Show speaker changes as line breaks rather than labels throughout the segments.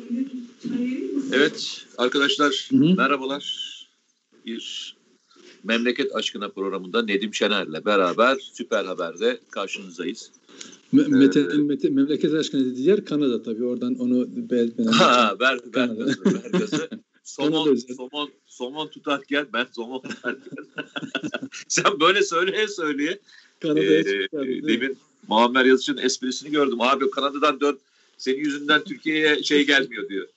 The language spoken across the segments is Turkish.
Evet arkadaşlar, merhabalar. Bir Memleket Aşkına programında Nedim Şener'le beraber Süper Haber'de karşınızdayız.
Memleket Aşkına dediği yer Kanada tabii. Oradan onu belirtmeden.
Ver gazı. Somon tutarken ben somon tutarken. Sen böyle söyleye. Demin Muammer Yazıcı'nın esprisini gördüm. Abi Kanada'dan dön. Senin yüzünden Türkiye'ye gelmiyor diyor.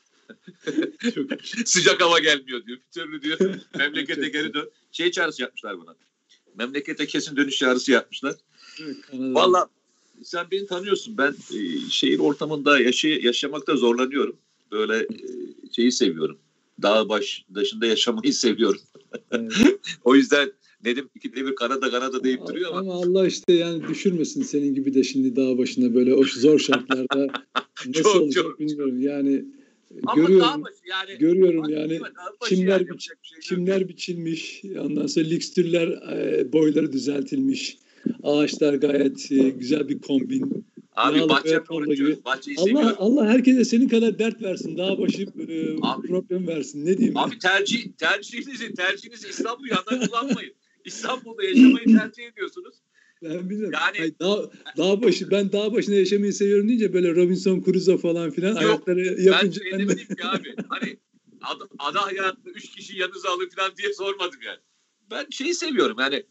Sıcak hava gelmiyor diyor. Bir türlü diyor. Memlekete geri dön. Çağrısı yapmışlar buna. Memlekete kesin dönüş çağrısı yapmışlar. Vallahi sen beni tanıyorsun. Ben şehir ortamında yaşamakta zorlanıyorum. Böyle seviyorum. Dağ başında yaşamayı seviyorum. Evet. O yüzden Nedim ikide bir Kanada deyip duruyor ama.
Ama Allah işte yani düşürmesin senin gibi de şimdi dağ başında böyle o zor şartlarda nasıl olacak bilmiyorum. Yani
ama
görüyorum yani çimler biçilmiş, ondan sonra likstürler boyları düzeltilmiş, ağaçlar gayet güzel bir kombin.
Abi bahçemle uğraşıyoruz. Bahçeyi seviyorum.
Allah herkese senin kadar dert versin. Dağ başı problem versin. Ne diyeyim?
Abi tercihinizi İstanbul yandan kullanmayın. İstanbul'da yaşamayı tercih ediyorsunuz.
Ben bilmiyorum. Yani ben dağ başında yaşamayı seviyorum deyince böyle Robinson Crusoe falan filan ayakları yapınca
ben demedim ki abi. Hani ada hayatında 3 kişi yanınıza alın falan diye sormadım yani. Ben seviyorum yani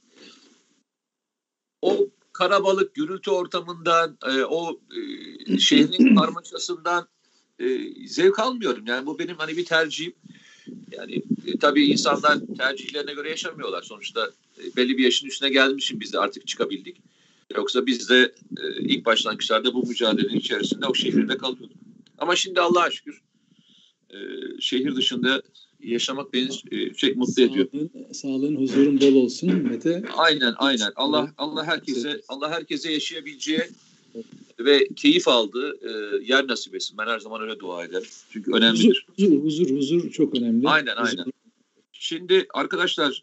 o karabalık gürültü ortamından o şehrin karmaşasından zevk almıyorum. Yani bu benim hani bir tercihim. Yani tabii insanlar tercihlerine göre yaşamıyorlar. Sonuçta belli bir yaşın üstüne gelmişim biz de artık çıkabildik. Yoksa biz de ilk başlangıçlarda bu mücadelenin içerisinde o şehirde kalıyorduk. Ama şimdi Allah'a şükür şehir dışında yaşamak beni mutlu ediyor.
Sağlığın, huzurun bol olsun Mete.
Aynen. Allah herkese yaşayabileceği ve keyif aldığı yer nasip etsin. Ben her zaman öyle dua ederim. Çünkü önemlidir.
Huzur çok önemli.
Aynen. Şimdi arkadaşlar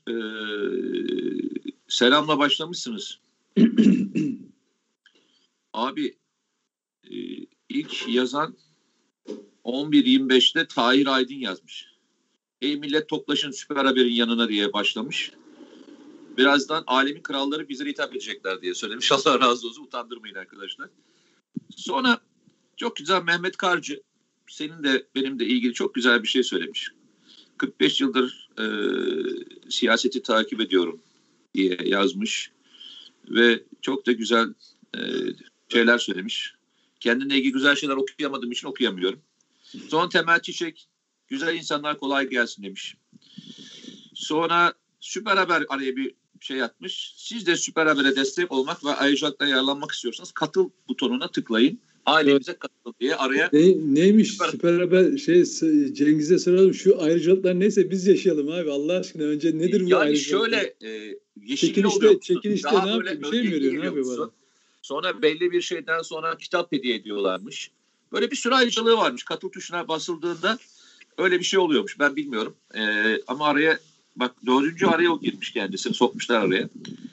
selamla başlamışsınız. Abi ilk yazan 11.25'te Tahir Aydın yazmış. Ey millet toplaşın Süper Haber'in yanına diye başlamış. Birazdan alemin kralları bize hitap edecekler diye söylemiş. Allah razı olsun, utandırmayın arkadaşlar. Sonra çok güzel Mehmet Karcı, senin de benim de ilgili çok güzel bir şey söylemiş. 45 yıldır siyaseti takip ediyorum diye yazmış. Ve çok da güzel şeyler söylemiş. Kendine ilgili güzel şeyler okuyamadığım için okuyamıyorum. Sonra Temel Çiçek, güzel insanlar kolay gelsin demiş. Sonra Süper Haber araya bir şey atmış. Siz de Süper Haber'e destek olmak ve ayrıcalıktan yararlanmak istiyorsanız katıl butonuna tıklayın. Ailemize katıl diye araya.
Neymiş Süper Haber Cengiz'e soralım. Şu ayrıcalıklar neyse biz yaşayalım abi. Allah aşkına önce nedir bu ayrıcalıklar?
Yani şöyle çekilişte
ne yapıyor? Bir şey mi veriyor? Ne yapıyor bana?
Sonra belli bir şeyden sonra kitap hediye ediyorlarmış. Böyle bir sürü ayrıcalığı varmış. Katıl tuşuna basıldığında öyle bir şey oluyormuş. Ben bilmiyorum. Ama araya bak 4. araya o girmiş kendisini. Sokmuşlar araya.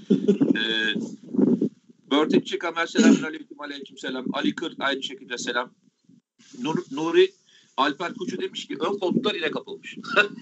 Börtekçi Kamer selam. Aleyküm selam. Ali Kır aynı şekilde selam. Nuri Alper Kuçu demiş ki ön koltuklar ile kapılmış.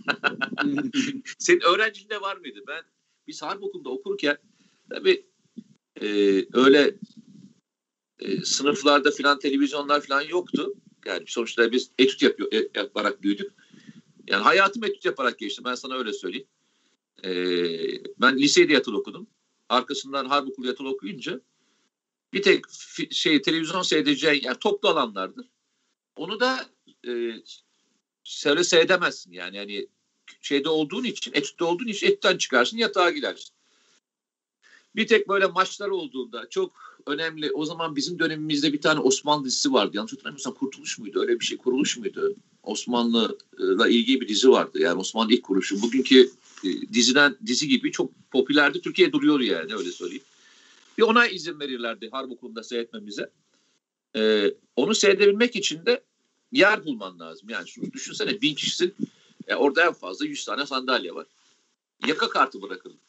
Senin öğrencinde var mıydı? Biz harp okulunda okurken tabii öyle sınıflarda filan televizyonlar filan yoktu. Yani sonuçta biz etüt yaparak büyüdük. Yani hayatım etüt yaparak geçti. Ben sana öyle söyleyeyim. Ben lisede yatılı okudum. Arkasından harp okulu yatılı okuyunca bir tek televizyon seyredeceği yer toplu alanlardır. Onu da seyredemezsin yani. Yani etütte olduğun için etütten çıkarsın, yatağa gidersin. Bir tek böyle maçlar olduğunda çok önemli. O zaman bizim dönemimizde bir tane Osmanlı dizisi vardı. Yanlış hatırlamıyorsam Kurtuluş muydu? Öyle bir şey, Kuruluş muydu? Osmanlı'la ilgili bir dizi vardı. Yani Osmanlı ilk kuruluşu. Bugünkü dizi gibi çok popülerdi. Türkiye duruyor yani, öyle söyleyeyim. Bir ona izin verirlerdi harp okulunda seyretmemize. Onu seyredebilmek için de yer bulman lazım. Yani düşünsene 1000 kişisin. Orada en fazla 100 tane sandalye var. Yaka kartı bırakırdık.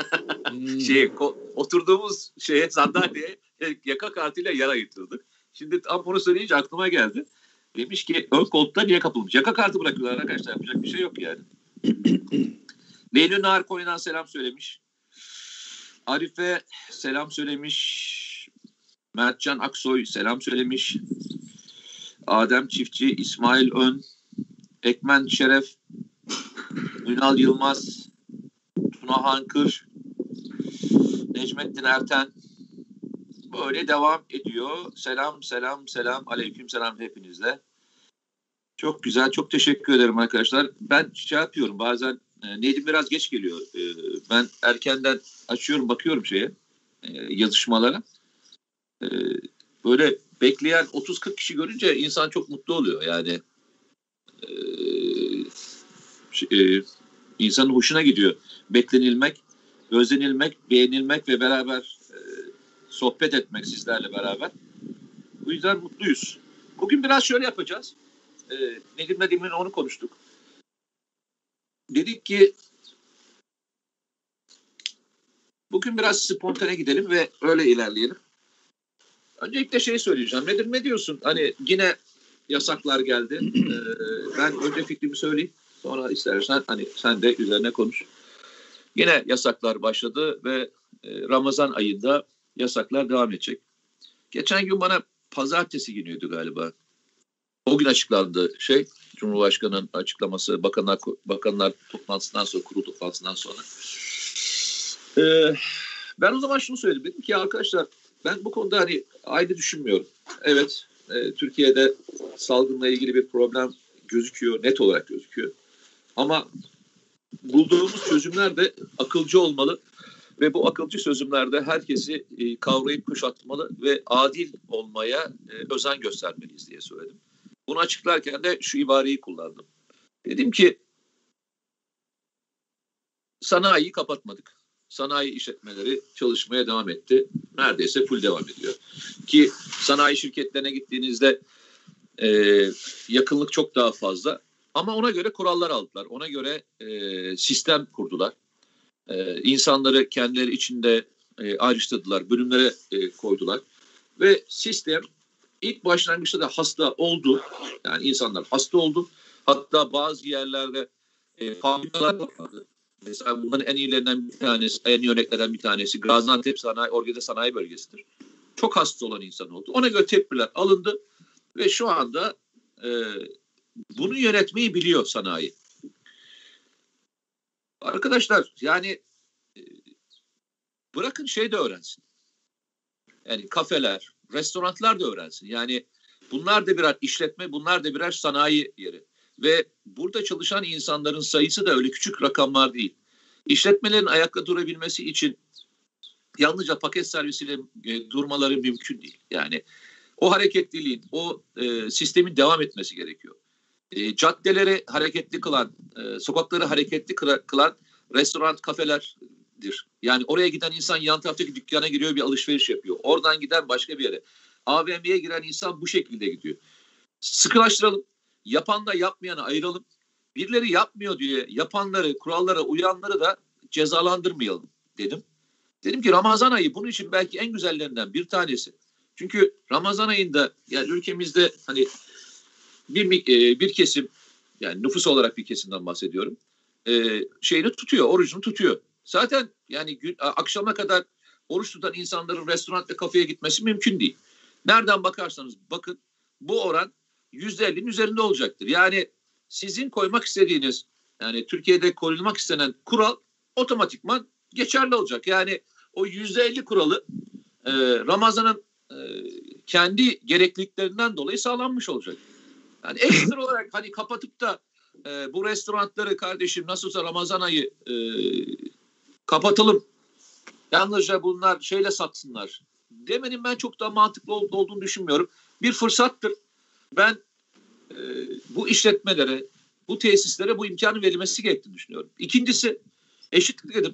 Oturduğumuz sandalyeye yaka kartıyla yer ayırtırdık. Şimdi tam onu söyleyince aklıma geldi. Demiş ki ön koltukta niye kapılmış? Yaka kartı bırakıyorlar arkadaşlar. Yapacak bir şey yok yani. Leyli Nar Koyun'a selam söylemiş. Arife selam söylemiş. Mertcan Aksoy selam söylemiş. Adem Çiftçi, İsmail Ön, Ekmen Şeref, Ünal Yılmaz, Tuna Hankır, Necmettin Erten böyle devam ediyor. Selam, aleyküm selam hepinizle. Çok güzel, çok teşekkür ederim arkadaşlar. Ben şey yapıyorum bazen, Nedim biraz geç geliyor. Ben erkenden açıyorum, bakıyorum yazışmalara. Böyle bekleyen 30-40 kişi görünce insan çok mutlu oluyor. Yani insanın hoşuna gidiyor. Beklenilmek, özlenilmek, beğenilmek ve beraber sohbet etmek sizlerle beraber. Bu yüzden mutluyuz. Bugün biraz şöyle yapacağız. Nedim'le demin onu konuştuk. Dedik ki bugün biraz spontane gidelim ve öyle ilerleyelim. Öncelikle söyleyeceğim. Nedim, ne diyorsun? Hani yine yasaklar geldi. Ben önce fikrimi söyleyeyim. Sonra istersen hani sen de üzerine konuş. Yine yasaklar başladı ve Ramazan ayında yasaklar devam edecek. Geçen gün bana pazartesi günüydü galiba. O gün açıklandı Cumhurbaşkanı'nın açıklaması bakanlar toplantısından sonra, kurul toplantısından sonra. Ben o zaman şunu söyledim. Dedim ki arkadaşlar ben bu konuda hani aynı düşünmüyorum. Evet, Türkiye'de salgınla ilgili bir problem gözüküyor, net olarak gözüküyor. Ama bulduğumuz çözümler de akılcı olmalı ve bu akılcı çözümlerde herkesi kavrayıp kuşatmalı ve adil olmaya özen göstermeliyiz diye söyledim. Bunu açıklarken de şu ibareyi kullandım. Dedim ki sanayiyi kapatmadık. Sanayi işletmeleri çalışmaya devam etti. Neredeyse full devam ediyor. Ki sanayi şirketlerine gittiğinizde yakınlık çok daha fazla. Ama ona göre kurallar aldılar. Ona göre sistem kurdular. İnsanları kendileri içinde ayrıştırdılar. Bölümlere koydular. Ve sistem ilk başlangıçta da hasta oldu. Yani insanlar hasta oldu. Hatta bazı yerlerde fabrikalar vardı. Mesela bunların en iyilerinden bir tanesi, en iyi örneklerden bir tanesi Gaziantep Organize Sanayi Bölgesi'dir. Çok hasta olan insan oldu. Ona göre tedbirler alındı ve şu anda bunu yönetmeyi biliyor sanayi. Arkadaşlar yani bırakın de öğrensin. Yani kafeler, restoranlar da öğrensin. Yani bunlar da birer işletme, bunlar da birer sanayi yeri. Ve burada çalışan insanların sayısı da öyle küçük rakamlar değil. İşletmelerin ayakta durabilmesi için yalnızca paket servisiyle durmaları mümkün değil. Yani o hareketliliğin, o sistemin devam etmesi gerekiyor. Caddeleri hareketli kılan, sokakları hareketli kılan restoran, kafelerdir. Yani oraya giden insan yan taraftaki dükkana giriyor, bir alışveriş yapıyor. Oradan giden başka bir yere. AVM'ye giren insan bu şekilde gidiyor. Sıkılaştıralım. Yapanla yapmayanı ayıralım. Birileri yapmıyor diye yapanları, kurallara uyanları da cezalandırmayalım dedim. Dedim ki Ramazan ayı bunun için belki en güzellerinden bir tanesi. Çünkü Ramazan ayında yani ülkemizde hani bir kesim, yani nüfus olarak bir kesimden bahsediyorum. Orucunu tutuyor. Zaten yani akşama kadar oruç tutan insanların restoran ve kafeye gitmesi mümkün değil. Nereden bakarsanız bakın bu oran %50'nin üzerinde olacaktır. Yani sizin koymak istediğiniz, yani Türkiye'de koyulmak istenen kural otomatikman geçerli olacak. Yani o %50 kuralı Ramazan'ın kendi gerekliliklerinden dolayı sağlanmış olacak. Yani ekstra olarak hani kapatıp da bu restoranları kardeşim nasılsa Ramazan ayı kapatalım. Yalnızca bunlar satsınlar demenin ben çok daha mantıklı olduğunu düşünmüyorum. Bir fırsattır. Ben bu işletmelere, bu tesislere bu imkanın verilmesi gerektiğini düşünüyorum. İkincisi eşitlik dedim.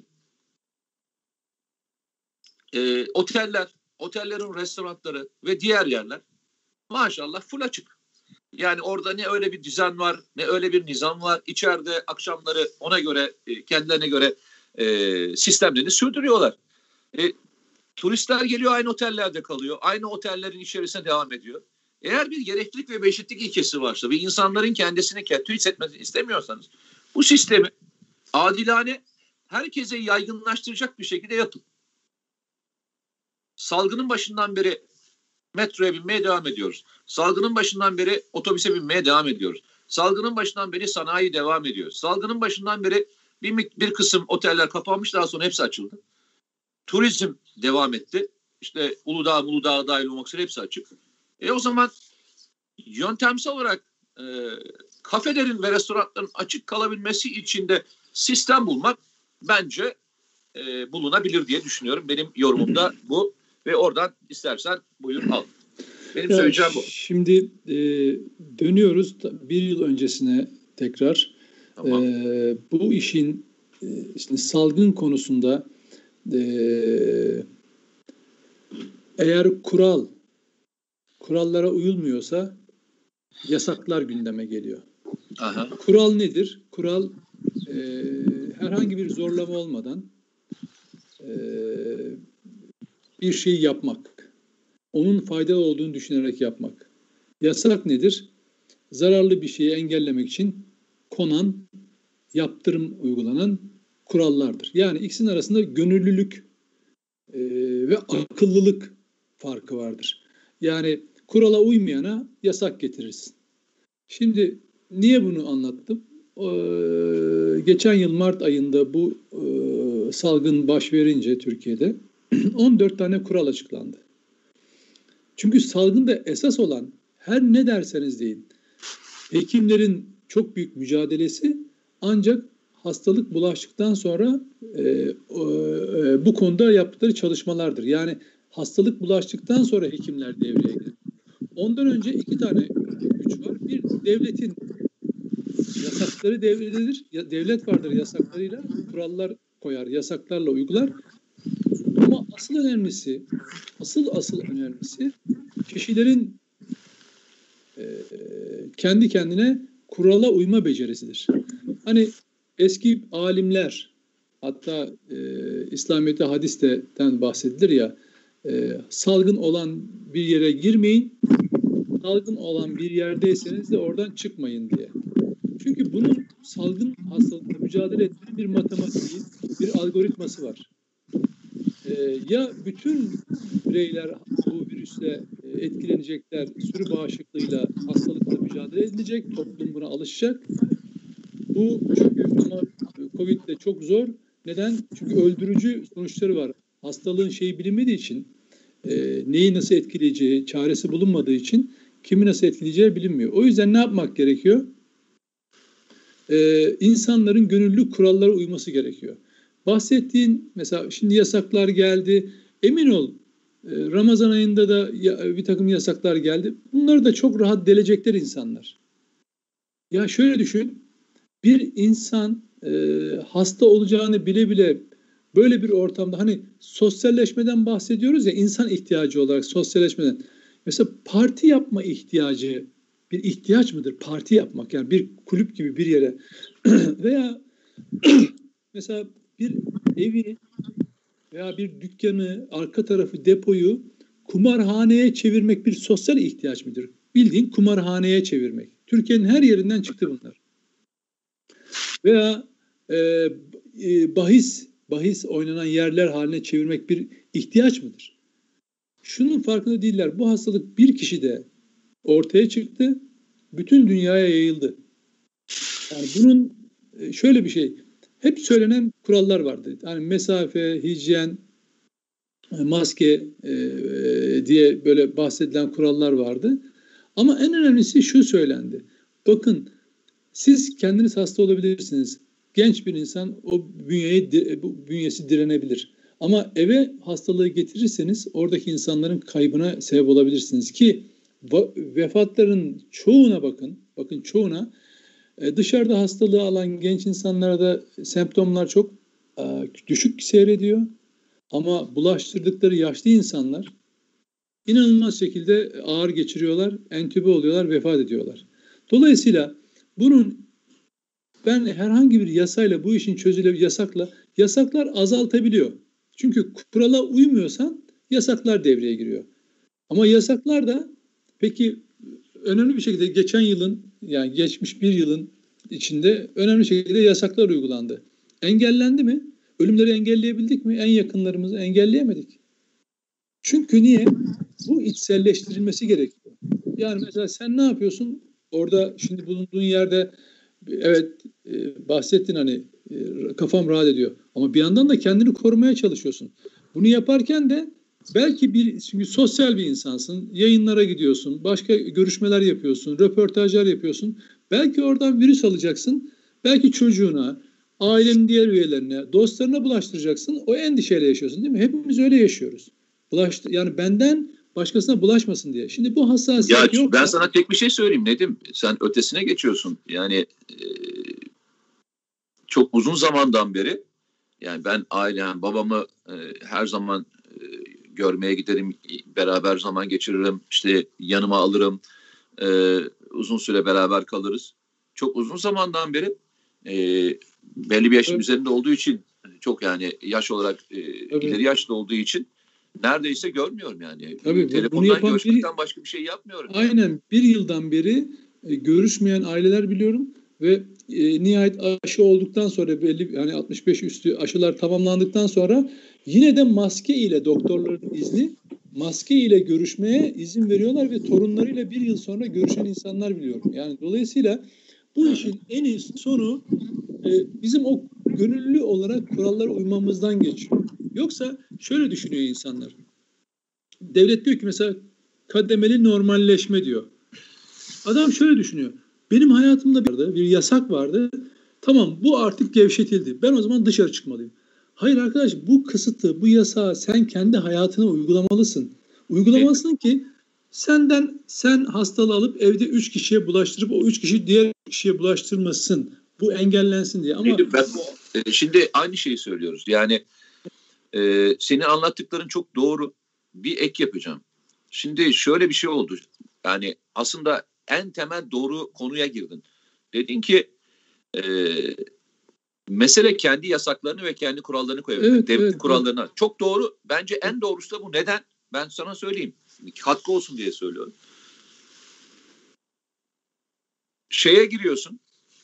Otellerin restoranları ve diğer yerler maşallah full açık. Yani orada ne öyle bir düzen var, ne öyle bir nizam var. İçeride akşamları ona göre, kendilerine göre sistemlerini sürdürüyorlar. Turistler geliyor, aynı otellerde kalıyor. Aynı otellerin içerisine devam ediyor. Eğer bir gereklilik ve eşitlik ilkesi varsa ve insanların kendisini kötü hissetmesini istemiyorsanız bu sistemi adilane herkese yaygınlaştıracak bir şekilde yapın. Salgının başından beri metroya binmeye devam ediyoruz. Salgının başından beri otobüse binmeye devam ediyoruz. Salgının başından beri sanayi devam ediyor. Salgının başından beri bir kısım oteller kapanmış, daha sonra hepsi açıldı. Turizm devam etti. İşte Uludağ dahil olmak üzere hepsi açık. O zaman yöntemsel olarak kafelerin ve restoranların açık kalabilmesi için de sistem bulmak bence bulunabilir diye düşünüyorum. Benim yorumum da bu ve oradan istersen buyur al. Benim söyleyeceğim bu.
Şimdi dönüyoruz bir yıl öncesine tekrar. Tamam. Bu işin işte salgın konusunda eğer kurallara uyulmuyorsa yasaklar gündeme geliyor. Aha. Kural nedir? Kural herhangi bir zorlama olmadan bir şeyi yapmak. Onun faydalı olduğunu düşünerek yapmak. Yasak nedir? Zararlı bir şeyi engellemek için konan, yaptırım uygulanan kurallardır. Yani ikisinin arasında gönüllülük ve akıllılık farkı vardır. Yani kurala uymayana yasak getirirsin. Şimdi niye bunu anlattım? Geçen yıl Mart ayında bu salgın baş verince Türkiye'de 14 tane kural açıklandı. Çünkü salgında esas olan her ne derseniz deyin, hekimlerin çok büyük mücadelesi, ancak hastalık bulaştıktan sonra bu konuda yaptıkları çalışmalardır. Yani hastalık bulaştıktan sonra hekimler devreye girer. Ondan önce 2 tane güç var. Bir, devletin yasakları devrededir. Devlet vardır yasaklarıyla, kurallar koyar, yasaklarla uygular. Ama asıl önemlisi kişilerin kendi kendine kurala uyma becerisidir. Hani eski alimler, hatta İslamiyet'te hadisten bahsedilir ya, salgın olan bir yere girmeyin, salgın olan bir yerdeyseniz de oradan çıkmayın diye. Çünkü bunun salgın hastalıkla mücadele etmenin bir matematiği, bir algoritması var. Ya bütün bireyler bu virüsle etkilenecekler, sürü bağışıklığıyla hastalıkla mücadele edilecek, toplum buna alışacak. Bu çünkü ama Covid'de çok zor. Neden? Çünkü öldürücü sonuçları var. Hastalığın şeyi bilinmediği için, neyi nasıl etkileyeceği, çaresi bulunmadığı için kimi nasıl etkileyeceği bilinmiyor. O yüzden ne yapmak gerekiyor? İnsanların gönüllü kurallara uyması gerekiyor. Bahsettiğin mesela şimdi yasaklar geldi. Emin ol Ramazan ayında da bir takım yasaklar geldi. Bunları da çok rahat delecekler insanlar. Ya şöyle düşün. Bir insan hasta olacağını bile bile böyle bir ortamda, hani sosyalleşmeden bahsediyoruz ya, insan ihtiyacı olarak sosyalleşmeden. Mesela parti yapma ihtiyacı bir ihtiyaç mıdır? Parti yapmak, yani bir kulüp gibi bir yere veya mesela bir evi veya bir dükkanı, arka tarafı, depoyu kumarhaneye çevirmek bir sosyal ihtiyaç mıdır? Bildiğin kumarhaneye çevirmek. Türkiye'nin her yerinden çıktı bunlar. Veya bahis oynanan yerler haline çevirmek bir ihtiyaç mıdır? Şunun farkında değiller. Bu hastalık bir kişide ortaya çıktı, bütün dünyaya yayıldı. Yani bunun şöyle bir şey, hep söylenen kurallar vardı. Yani mesafe, hijyen, maske diye böyle bahsedilen kurallar vardı. Ama en önemlisi şu söylendi. Bakın, siz kendiniz hasta olabilirsiniz. Genç bir insan o bünyesi direnebilir. Ama eve hastalığı getirirseniz oradaki insanların kaybına sebep olabilirsiniz ki vefatların çoğuna bakın çoğuna dışarıda hastalığı alan genç insanlarda semptomlar çok düşük seyrediyor. Ama bulaştırdıkları yaşlı insanlar inanılmaz şekilde ağır geçiriyorlar, entübe oluyorlar, vefat ediyorlar. Dolayısıyla ben herhangi bir yasayla bu işin yasaklar azaltabiliyor. Çünkü kurala uymuyorsan yasaklar devreye giriyor. Ama yasaklar da peki önemli bir şekilde geçen yılın, yani geçmiş bir yılın içinde önemli şekilde yasaklar uygulandı. Engellendi mi? Ölümleri engelleyebildik mi? En yakınlarımızı engelleyemedik. Çünkü niye? Bu içselleştirilmesi gerekiyor. Yani mesela sen ne yapıyorsun? Orada şimdi bulunduğun yerde evet bahsettin hani kafam rahat ediyor. Ama bir yandan da kendini korumaya çalışıyorsun. Bunu yaparken de belki çünkü sosyal bir insansın. Yayınlara gidiyorsun. Başka görüşmeler yapıyorsun. Röportajlar yapıyorsun. Belki oradan virüs alacaksın. Belki çocuğuna, ailenin diğer üyelerine, dostlarına bulaştıracaksın. O endişeyle yaşıyorsun değil mi? Hepimiz öyle yaşıyoruz. Yani benden başkasına bulaşmasın diye. Şimdi bu hassasiyet yok.
Ben sana tek bir şey söyleyeyim Nedim. Sen ötesine geçiyorsun. Yani çok uzun zamandan beri yani ben ailem, babamı her zaman görmeye giderim, beraber zaman geçiririm, işte yanıma alırım, uzun süre beraber kalırız. Çok uzun zamandan beri belli bir yaşın üzerinde olduğu için çok yani yaş olarak ileri yaşta olduğu için neredeyse görmüyorum yani.
Tabii,
telefondan görüşmekten başka bir şey yapmıyorum.
Aynen yani. Bir yıldan beri görüşmeyen aileler biliyorum ve nihayet aşı olduktan sonra belli hani 65 üstü aşılar tamamlandıktan sonra yine de maske ile doktorların izni maske ile görüşmeye izin veriyorlar ve torunlarıyla bir yıl sonra görüşen insanlar biliyorum. Yani dolayısıyla bu işin en iyi sonu bizim o gönüllü olarak kurallara uymamızdan geçiyor. Yoksa şöyle düşünüyor insanlar. Devlet diyor ki mesela kademeli normalleşme diyor. Adam şöyle düşünüyor. Benim hayatımda bir yasak vardı. Tamam bu artık gevşetildi. Ben o zaman dışarı çıkmalıyım. Hayır arkadaş bu kısıtı, bu yasağı sen kendi hayatına uygulamalısın. Uygulamalısın ki sen hastalığı alıp evde 3 kişiye bulaştırıp o 3 kişi diğer kişiye bulaştırmasın. Bu engellensin diye. Ama
şimdi aynı şeyi söylüyoruz. Yani senin anlattıkların çok doğru. Bir ek yapacağım. Şimdi şöyle bir şey oldu. Yani aslında en temel doğru konuya girdin. Dedin ki mesele kendi yasaklarını ve kendi kurallarını koyabilmek.
Evet,
devletin
evet,
kurallarına. Evet. Çok doğru. Bence en doğrusu da bu. Neden? Ben sana söyleyeyim. Katkı olsun diye söylüyorum. Şeye giriyorsun.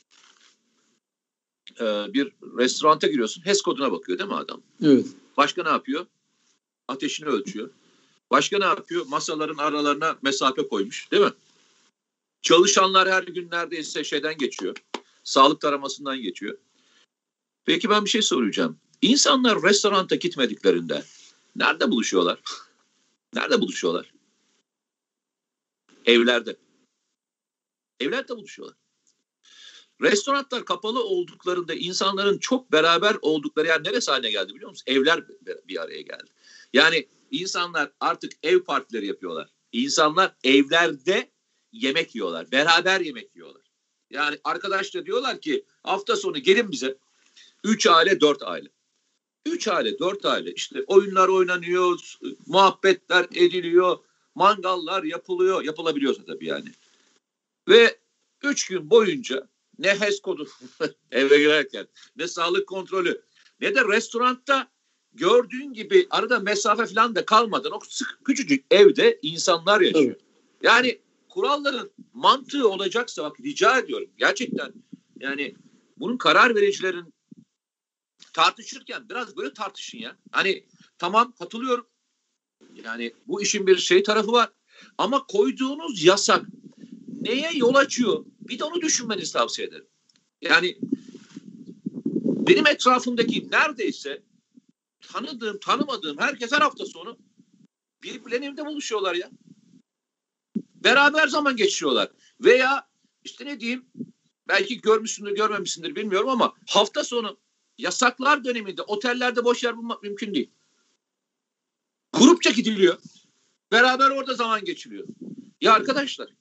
Bir restoranta giriyorsun. HES koduna bakıyor değil mi adam?
Evet.
Başka ne yapıyor? Ateşini ölçüyor. Başka ne yapıyor? Masaların aralarına mesafe koymuş değil mi? Çalışanlar her gün neredeyse şeyden geçiyor. Sağlık taramasından geçiyor. Peki ben bir şey soracağım. İnsanlar restoranta gitmediklerinde nerede buluşuyorlar? Nerede buluşuyorlar? Evlerde. Evlerde buluşuyorlar. Restoranlar kapalı olduklarında insanların çok beraber oldukları yer neresi haline geldi biliyor musun? Evler bir araya geldi. Yani insanlar artık ev partileri yapıyorlar. İnsanlar evlerde yemek yiyorlar. Beraber yemek yiyorlar. Yani arkadaşlar diyorlar ki hafta sonu gelin bize. 3 aile 4 aile. 3 aile 4 aile işte oyunlar oynanıyor, muhabbetler ediliyor, mangallar yapılıyor. Yapılabiliyorsa tabii yani. Ve 3 gün boyunca ne HES kodu eve girerken ne sağlık kontrolü ne de restoranda gördüğün gibi arada mesafe falan da kalmadan o küçücük evde insanlar yaşıyor. Evet. Yani kuralların mantığı olacaksa bak rica ediyorum gerçekten yani bunun karar vericilerin tartışırken biraz böyle tartışın ya. Hani tamam katılıyorum. Yani bu işin bir şey tarafı var. Ama koyduğunuz yasak neye yol açıyor? Bir de onu düşünmenizi tavsiye ederim. Yani benim etrafımdaki neredeyse tanıdığım, tanımadığım herkes her hafta sonu birbirlerinin evinde buluşuyorlar ya. Beraber zaman geçiriyorlar. Veya işte ne diyeyim belki görmüşsündür, görmemişsindir bilmiyorum ama hafta sonu yasaklar döneminde otellerde boş yer bulmak mümkün değil. Grupça gidiliyor. Beraber orada zaman geçiriyor. Ya arkadaşlar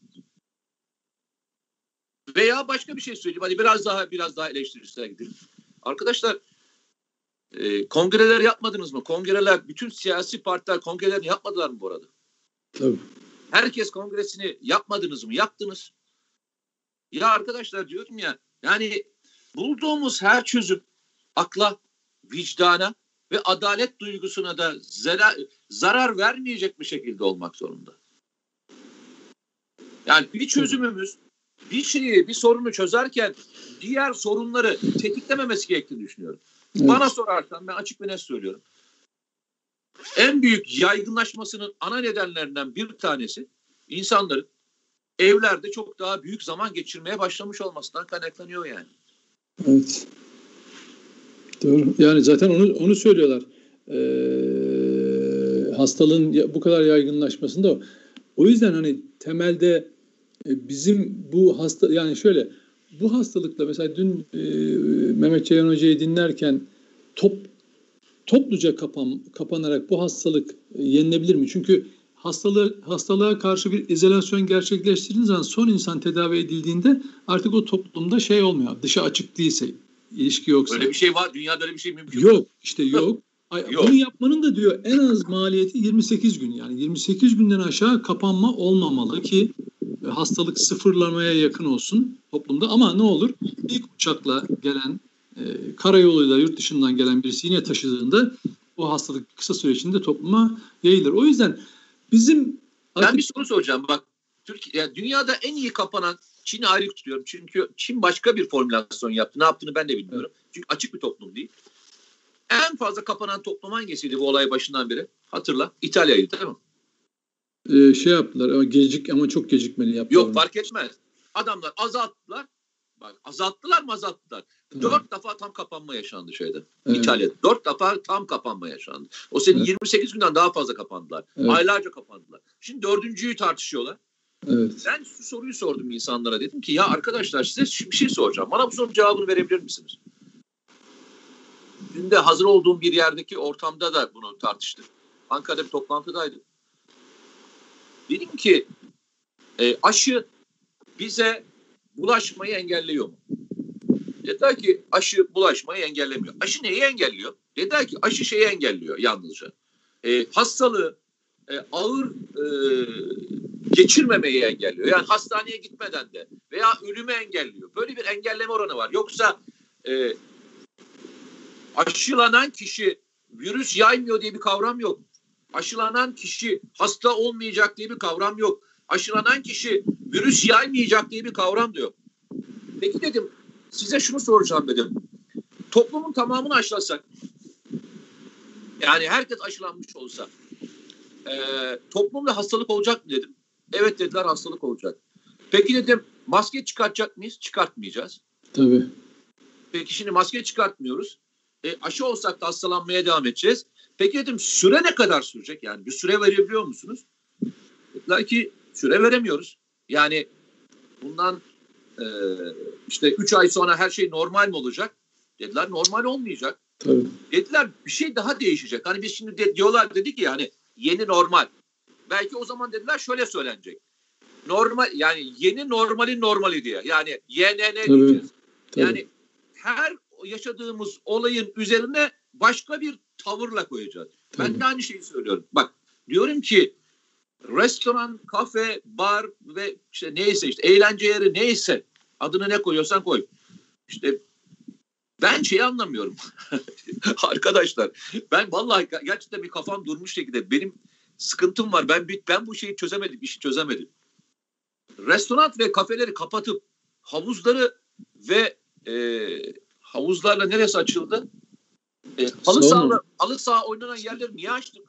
veya başka bir şey söyleyeyim. Hadi biraz daha eleştirisine gidelim. Arkadaşlar kongreler yapmadınız mı? Kongreler, bütün siyasi partiler kongrelerini yapmadılar mı bu arada?
Tabii.
Herkes kongresini yapmadınız mı? Yaptınız. Ya arkadaşlar diyorum ya yani bulduğumuz her çözüm akla, vicdana ve adalet duygusuna da zarar vermeyecek bir şekilde olmak zorunda. Yani bir çözümümüz bir sorunu çözerken diğer sorunları tetiklememesi gerektiğini düşünüyorum. Evet. Bana sorarsan ben açık ve net söylüyorum. En büyük yaygınlaşmasının ana nedenlerinden bir tanesi insanların evlerde çok daha büyük zaman geçirmeye başlamış olmasından kaynaklanıyor yani.
Evet. Doğru. Yani zaten onu söylüyorlar. Hastalığın bu kadar yaygınlaşmasında o yüzden hani temelde bizim bu yani şöyle bu hastalıkla mesela dün Mehmet Ceyhan Hoca'yı dinlerken topluca kapanarak bu hastalık yenilebilir mi? Çünkü hastalığa karşı bir izolasyon gerçekleştirdiğiniz zaman son insan tedavi edildiğinde artık o toplumda şey olmuyor. Dışa açık değilse, ilişki yoksa.
Öyle bir şey var. Dünyada öyle bir şey mümkün.
Yok. İşte yok. Bunu yapmanın da diyor en az maliyeti 28 gün. Yani 28 günden aşağı kapanma olmamalı ki hastalık sıfırlamaya yakın olsun toplumda. Ama ne olur? İlk uçakla gelen karayoluyla yurt dışından gelen birisi yine taşıdığında o hastalık kısa süre içinde topluma yayılır. O yüzden bizim
ben bir soru soracağım. Bak Türkiye, dünyada en iyi kapanan Çin'i ayrı tutuyorum. Çünkü Çin başka bir formülasyon yaptı. Ne yaptığını ben de bilmiyorum. Evet. Çünkü açık bir toplum değil. En fazla kapanan toplum hangisiydi bu olay başından beri? Hatırla. İtalya'ydı değil mi?
Şey yaptılar ama çok gecikmeli yaptılar.
Yok fark etmez. Adamlar azalttılar. Bak azalttılar mı azalttılar. 4 defa tam kapanma yaşandı şeyde. Evet. İtalya'da. 4 defa tam kapanma yaşandı. O senin 28 günden daha fazla kapandılar. Evet. Aylarca kapandılar. Şimdi 4.'yü tartışıyorlar.
Evet.
Ben şu soruyu sordum insanlara. Dedim ki ya arkadaşlar size bir şey soracağım. Bana bu sorunun cevabını verebilir misiniz? Dün de hazır olduğum bir yerdeki ortamda da bunu tartıştık. Ankara'da bir toplantıdaydım. Dedim ki aşı bize bulaşmayı engelliyor mu? Dediler ki aşı bulaşmayı engellemiyor. Aşı neyi engelliyor? Dediler ki aşı şeyi engelliyor yalnızca. Hastalığı ağır geçirmemeyi engelliyor. Yani hastaneye gitmeden de veya ölümü engelliyor. Böyle bir engelleme oranı var. Yoksa aşılanan kişi virüs yaymıyor diye bir kavram yok. Aşılanan kişi hasta olmayacak diye bir kavram yok. Aşılanan kişi virüs yaymayacak diye bir kavram da yok. Peki dedim size şunu soracağım dedim. Toplumun tamamını aşılasak yani herkes aşılanmış olsa toplumda hastalık olacak mı dedim. Evet dediler hastalık olacak. Peki dedim maske çıkartacak mıyız? Çıkartmayacağız.
Tabii.
Peki şimdi maske çıkartmıyoruz. Aşı olsak da hastalanmaya devam edeceğiz. Peki dedim süre ne kadar sürecek? Yani bir süre verebiliyor musunuz? Dediler ki süre veremiyoruz. Yani bundan işte 3 ay sonra her şey normal mi olacak? Dediler normal olmayacak.
Tabii.
Dediler bir şey daha değişecek. Hani biz şimdi diyorlar dedik ya hani yeni normal. Belki o zaman dediler şöyle söylenecek. Normal yani yeni normalin normali diye. Yani YNN diyeceğiz.
Tabii.
Yani her yaşadığımız olayın üzerine başka bir tavırla koyacağız. Tabii. Ben de aynı şeyi söylüyorum. Bak diyorum ki restoran, kafe, bar ve işte neyse işte eğlence yeri neyse adını ne koyuyorsan koy. İşte ben şeyi anlamıyorum. Arkadaşlar ben vallahi gerçekten bir kafam durmuş şekilde benim sıkıntım var. Ben bu şeyi çözemedim, işi çözemedim. Restoran ve kafeleri kapatıp havuzları ve havuzlarla neresi açıldı? Halı saha oynanan yerleri niye açtık?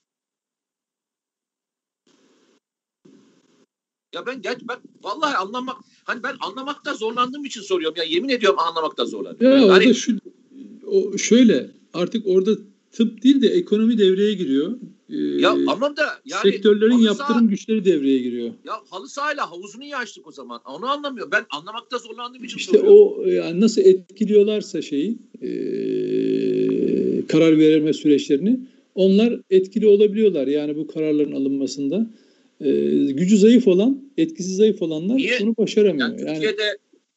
Ya ben vallahi ben anlamakta zorlandığım için soruyorum. Ya yemin ediyorum anlamakta zorlanıyorum.
Ya orada şöyle artık orada tıp değil de ekonomi devreye giriyor.
Ya ama da yani
sektörlerin yaptırım güçleri devreye giriyor.
Ya halı sahayla havuzunu niye açtık o zaman? Onu anlamıyorum. Ben anlamakta zorlandığım için
İşte
soruyorum.
o yani nasıl etkiliyorlarsa şeyi karar verme süreçlerini onlar etkili olabiliyorlar. Yani bu kararların alınmasında. Gücü zayıf olan, etkisi zayıf olanlar bunu başaramıyor.
Yani Türkiye'de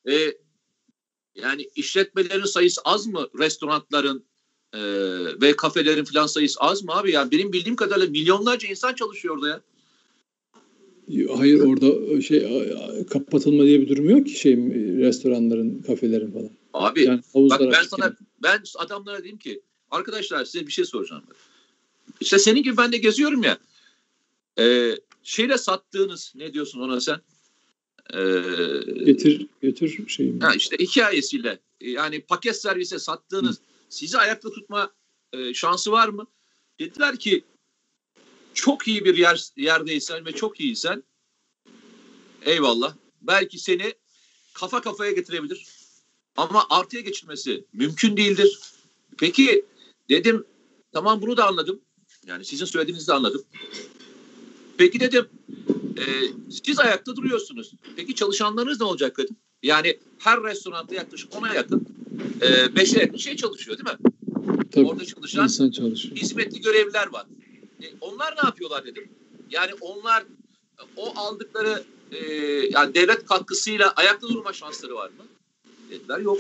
yani işletmelerin sayısı az mı? Restoranların ve kafelerin falan sayısı az mı abi? Yani benim bildiğim kadarıyla milyonlarca insan çalışıyor orada ya.
Hayır orada kapatılma diye bir durum yok ki restoranların, kafelerin falan.
Abi yani bak ben adamlara diyeyim ki arkadaşlar size bir şey soracağım. İşte senin gibi ben de geziyorum ya. Şeyle sattığınız ne diyorsun ona sen?
Götür şeyim.
İşte hikayesiyle yani paket servise sattığınız sizi ayakta tutma şansı var mı? Dediler ki çok iyi bir yerdeysen ve çok iyiysen eyvallah. Belki seni kafa kafaya getirebilir. Ama artıya geçirmesi mümkün değildir. Peki dedim tamam bunu da anladım. Yani sizin söylediğinizi de anladım. Peki dedim siz ayakta duruyorsunuz. Peki çalışanlarınız ne olacak dedim. Yani her restoranda yaklaşık 10'a yakın 5'e yakın şey çalışıyor değil mi?
Tabii,
orada çalışan
insan çalışıyor.
Hizmetli görevliler var. Onlar ne yapıyorlar dedim. Yani onlar o aldıkları yani devlet katkısıyla ayakta durma şansları var mı? Dediler yok.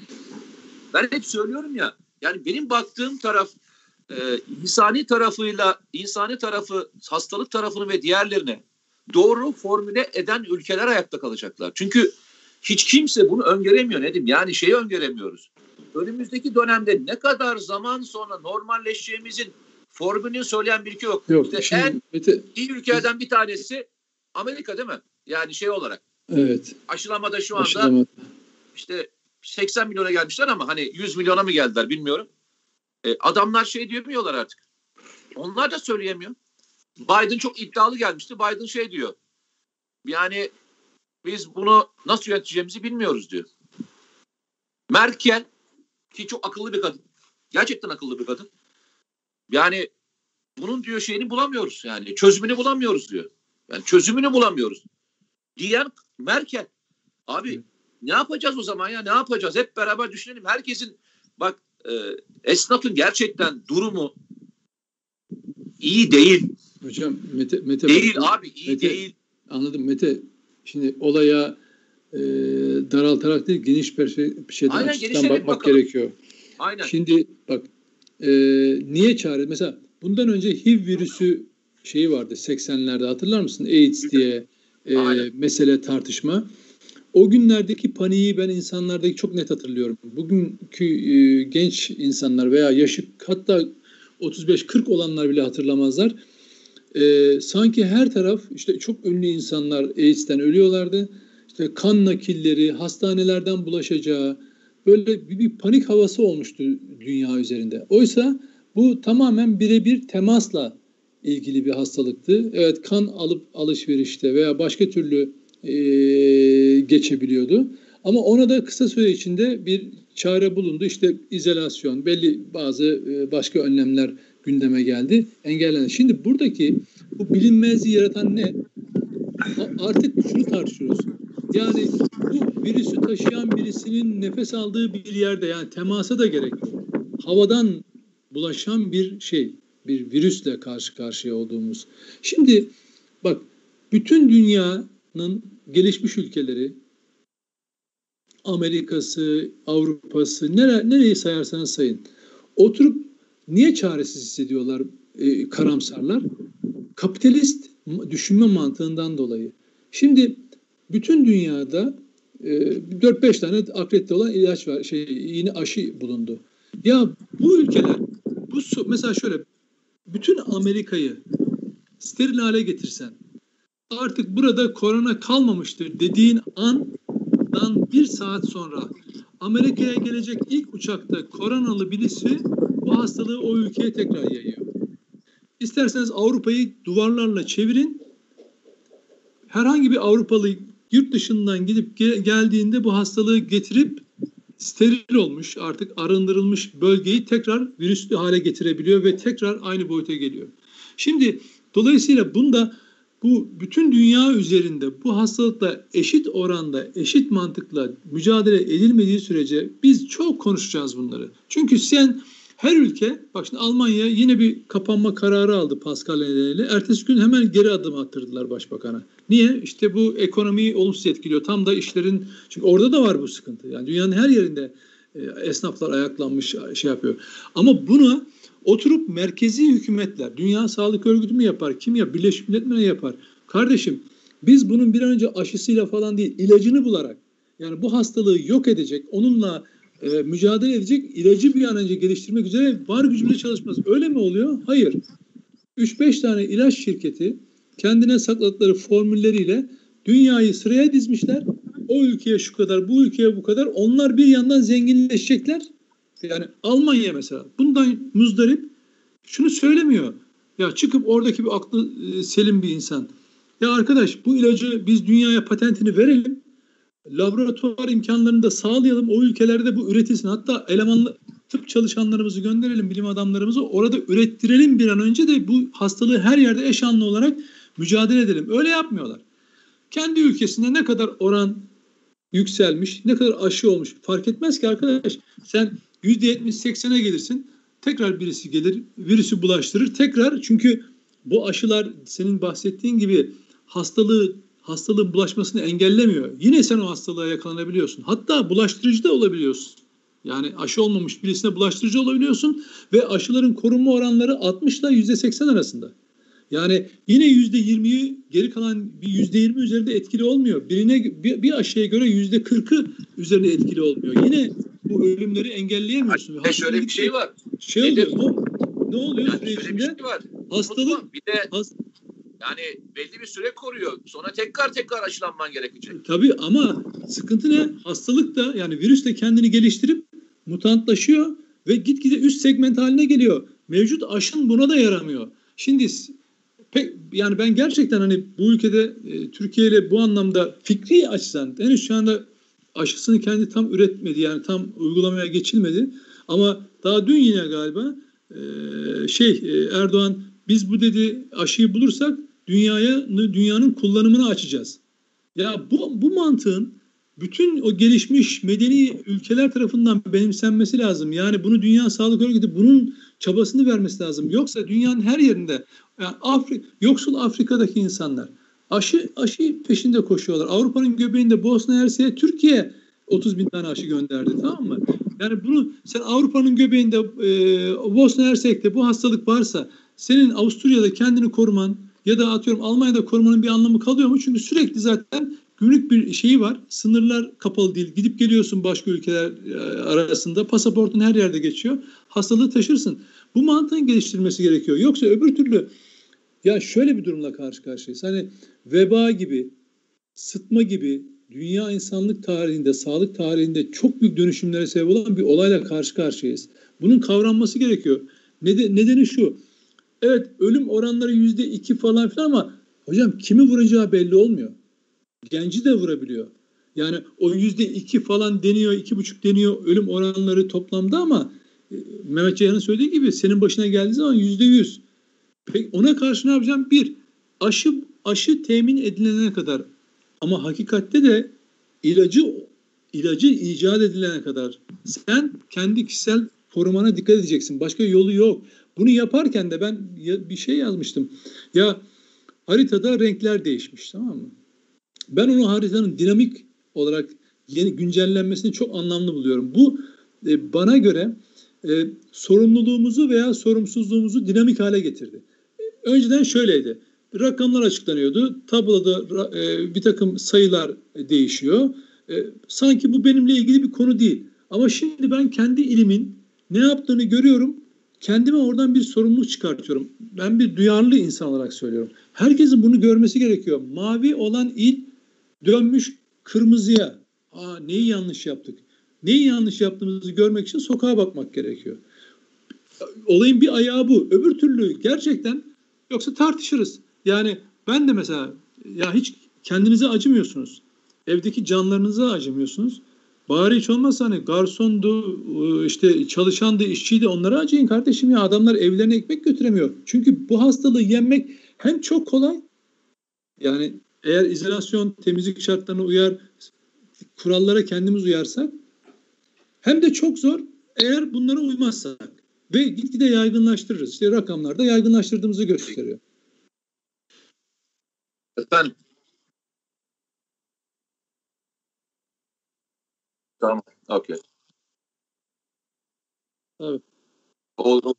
Ben hep söylüyorum ya yani benim baktığım taraf insani tarafı hastalık tarafını ve diğerlerini doğru formüle eden ülkeler ayakta kalacaklar. Çünkü hiç kimse bunu öngöremiyor Nedim. Yani şeyi öngöremiyoruz. Önümüzdeki dönemde ne kadar zaman sonra normalleşeceğimizin formülünü söyleyen bir ülke yok. İşte en iyi ülkelerden bir tanesi Amerika değil mi? Yani şey olarak.
Evet.
Aşılamada şu anda işte 80 milyona gelmişler ama hani 100 milyona mı geldiler bilmiyorum. Adamlar şey diyemiyorlar artık. Onlar da söyleyemiyor. Biden çok iddialı gelmişti. Biden şey diyor. Yani biz bunu nasıl yöneteceğimizi bilmiyoruz diyor. Merkel ki çok akıllı bir kadın. Gerçekten akıllı bir kadın. Yani bunun diyor şeyini bulamıyoruz yani. Çözümünü bulamıyoruz diyor. Yani çözümünü bulamıyoruz. Diyen Merkel. Abi ne yapacağız o zaman ya? Ne yapacağız? Hep beraber düşünelim. Herkesin bak esnafın gerçekten durumu iyi değil.
Hocam Mete
değil abi iyi değil.
Anladım Mete. Şimdi olaya daraltarak değil geniş bir şeyden açıdan bakmak gerekiyor.
Aynen.
Şimdi bak niye çare? Mesela bundan önce HIV virüsü şeyi vardı 80'lerde hatırlar mısın? AIDS diye mesele tartışma. O günlerdeki paniği ben insanlardaki çok net hatırlıyorum. Bugünkü genç insanlar veya yaşı hatta 35-40 olanlar bile hatırlamazlar. Sanki her taraf işte çok ünlü insanlar AIDS'ten ölüyorlardı. İşte kan nakilleri, hastanelerden bulaşacağı böyle bir panik havası olmuştu dünya üzerinde. Oysa bu tamamen birebir temasla ilgili bir hastalıktı. Evet kan alıp alışverişte veya başka türlü geçebiliyordu. Ama ona da kısa süre içinde bir çare bulundu. İşte izolasyon, belli bazı başka önlemler gündeme geldi, engellendi. Şimdi buradaki bu bilinmezliği yaratan ne? Artık şunu tartışıyoruz. Yani bu virüsü taşıyan birisinin nefes aldığı bir yerde yani temasa da gerek yok. Havadan bulaşan bir şey, bir virüsle karşı karşıya olduğumuz. Şimdi bak bütün dünyanın gelişmiş ülkeleri, Amerika'sı, Avrupa'sı, nereyi sayarsanız sayın. Oturup niye çaresiz hissediyorlar, karamsarlar? Kapitalist düşünme mantığından dolayı. Şimdi bütün dünyada 4-5 tane akredite olan ilaç var, yeni aşı bulundu. Ya bu ülkeler, mesela şöyle, bütün Amerika'yı steril hale getirsen, artık burada korona kalmamıştır dediğin andan 1 saat sonra Amerika'ya gelecek ilk uçakta koronalı birisi bu hastalığı o ülkeye tekrar yayıyor. İsterseniz Avrupa'yı duvarlarla çevirin. Herhangi bir Avrupalı yurt dışından gidip geldiğinde bu hastalığı getirip steril olmuş, artık arındırılmış bölgeyi tekrar virüslü hale getirebiliyor ve tekrar aynı boyuta geliyor. Şimdi dolayısıyla bu bütün dünya üzerinde bu hastalıkla eşit oranda, eşit mantıkla mücadele edilmediği sürece biz çok konuşacağız bunları. Çünkü her ülke, bak şimdi Almanya yine bir kapanma kararı aldı Pascal nedeniyle. Ertesi gün hemen geri adım attırdılar başbakana. Niye? İşte bu ekonomiyi olumsuz etkiliyor. Tam da işlerin, çünkü orada da var bu sıkıntı. Yani dünyanın her yerinde esnaflar ayaklanmış şey yapıyor. Ama buna oturup merkezi hükümetler, Dünya Sağlık Örgütü mü yapar, kim yapar, Birleşmiş Milletler mi yapar? Kardeşim biz bunun bir an önce aşısıyla falan değil, ilacını bularak, yani bu hastalığı yok edecek, onunla mücadele edecek ilacı bir an önce geliştirmek üzere var gücümüzle çalışması. Öyle mi oluyor? Hayır. 3-5 tane ilaç şirketi kendine sakladıkları formülleriyle Dünyayı sıraya dizmişler. O ülkeye şu kadar, bu ülkeye bu kadar. Onlar bir yandan zenginleşecekler. Yani Almanya mesela bundan muzdarip, şunu söylemiyor. Ya çıkıp oradaki bir aklı selim bir insan. Ya arkadaş, bu ilacı biz dünyaya patentini verelim. Laboratuvar imkanlarını da sağlayalım. O ülkelerde bu üretilsin. Hatta elemanlı tıp çalışanlarımızı gönderelim, bilim adamlarımızı orada ürettirelim bir an önce de bu hastalığı her yerde eş anlı olarak mücadele edelim. Öyle yapmıyorlar. Kendi ülkesinde ne kadar oran yükselmiş, ne kadar aşı olmuş fark etmez ki arkadaş. Sen %70-80'e gelirsin. Tekrar birisi gelir, virüsü bulaştırır. Tekrar, çünkü bu aşılar senin bahsettiğin gibi hastalığın bulaşmasını engellemiyor. Yine sen o hastalığa yakalanabiliyorsun. Hatta bulaştırıcı da olabiliyorsun. Yani aşı olmamış birisine bulaştırıcı olabiliyorsun ve aşıların korunma oranları 60 ile %80 arasında. Yani yine %20'yi, geri kalan bir %20 üzerinde etkili olmuyor. Bir aşıya göre %40'ı üzerinde etkili olmuyor. Yine bu ölümleri engelleyemiyorsun.
Şöyle bir şey var.
Oluyor. Ne oluyor
yani şöyle bir şey var.
Hastalık
bir de yani belli bir süre koruyor. Sonra tekrar aşılanman gerekecek.
Tabii ama sıkıntı ne? Hastalık da, yani virüs de kendini geliştirip mutantlaşıyor ve gitgide üst segment haline geliyor. Mevcut aşın buna da yaramıyor. Şimdi yani ben gerçekten hani bu ülkede Türkiye ile bu anlamda fikri açıdan henüz şu anda aşısını kendi tam üretmedi, yani tam uygulamaya geçilmedi. Ama daha dün yine galiba Erdoğan, biz bu dedi aşıyı bulursak dünyanın kullanımını açacağız. Ya bu mantığın bütün o gelişmiş medeni ülkeler tarafından benimsenmesi lazım. Yani bunu Dünya Sağlık Örgütü bunun çabasını vermesi lazım. Yoksa dünyanın her yerinde, yani yoksul Afrika'daki insanlar aşı peşinde koşuyorlar. Avrupa'nın göbeğinde Bosna Hersek'e Türkiye 30 bin tane aşı gönderdi, tamam mı? Yani bunu sen Avrupa'nın göbeğinde Bosna Hersek'te bu hastalık varsa senin Avusturya'da kendini koruman ya da atıyorum Almanya'da korumanın bir anlamı kalıyor mu? Çünkü sürekli zaten gümrük bir şeyi var. Sınırlar kapalı değil. Gidip geliyorsun başka ülkeler arasında. Pasaportun her yerde geçiyor. Hastalığı taşırsın. Bu mantığın geliştirilmesi gerekiyor. Yoksa öbür türlü ya şöyle bir durumla karşı karşıyayız. Hani veba gibi, sıtma gibi dünya insanlık tarihinde, sağlık tarihinde çok büyük dönüşümlere sebep olan bir olayla karşı karşıyayız. Bunun kavranması gerekiyor. Nedeni şu. Evet, ölüm oranları %2 falan filan ama hocam kimi vuracağı belli olmuyor. Genci de vurabiliyor. Yani o %2 falan deniyor, 2,5 deniyor ölüm oranları toplamda ama Mehmet Ceyhan'ın söylediği gibi senin başına geldiği zaman %100. Peki ona karşı ne yapacağım? Bir, aşı temin edilene kadar, ama hakikatte de ilacı icat edilene kadar sen kendi kişisel korumana dikkat edeceksin. Başka yolu yok. Bunu yaparken de ben bir şey yazmıştım. Ya haritada renkler değişmiş, tamam mı? Ben onu haritanın dinamik olarak yeni güncellenmesini çok anlamlı buluyorum. Bu bana göre sorumluluğumuzu veya sorumsuzluğumuzu dinamik hale getirdi. Önceden şöyleydi. Rakamlar açıklanıyordu. Tabloda bir takım sayılar değişiyor. Sanki bu benimle ilgili bir konu değil. Ama şimdi ben kendi ilimin ne yaptığını görüyorum. Kendime oradan bir sorumluluk çıkartıyorum. Ben bir duyarlı insan olarak söylüyorum. Herkesin bunu görmesi gerekiyor. Mavi olan il dönmüş kırmızıya. Neyi yanlış yaptık? Neyi yanlış yaptığımızı görmek için sokağa bakmak gerekiyor. Olayın bir ayağı bu. Öbür türlü gerçekten, yoksa tartışırız. Yani ben de mesela, ya hiç kendinize acımıyorsunuz. Evdeki canlarınıza acımıyorsunuz. Bari hiç olmazsa hani garsondu, işte çalışandı, işçiydi, onlara acıyın kardeşim ya. Adamlar evlerine ekmek götüremiyor. Çünkü bu hastalığı yenmek hem çok kolay, yani eğer izolasyon, temizlik şartlarına uyar, kurallara kendimiz uyarsak, hem de çok zor eğer bunlara uymazsak ve gitgide yaygınlaştırırız. İşte rakamlarda yaygınlaştırdığımızı gösteriyor.
Efendim. Tamam. Okay.
Evet.
Oldu.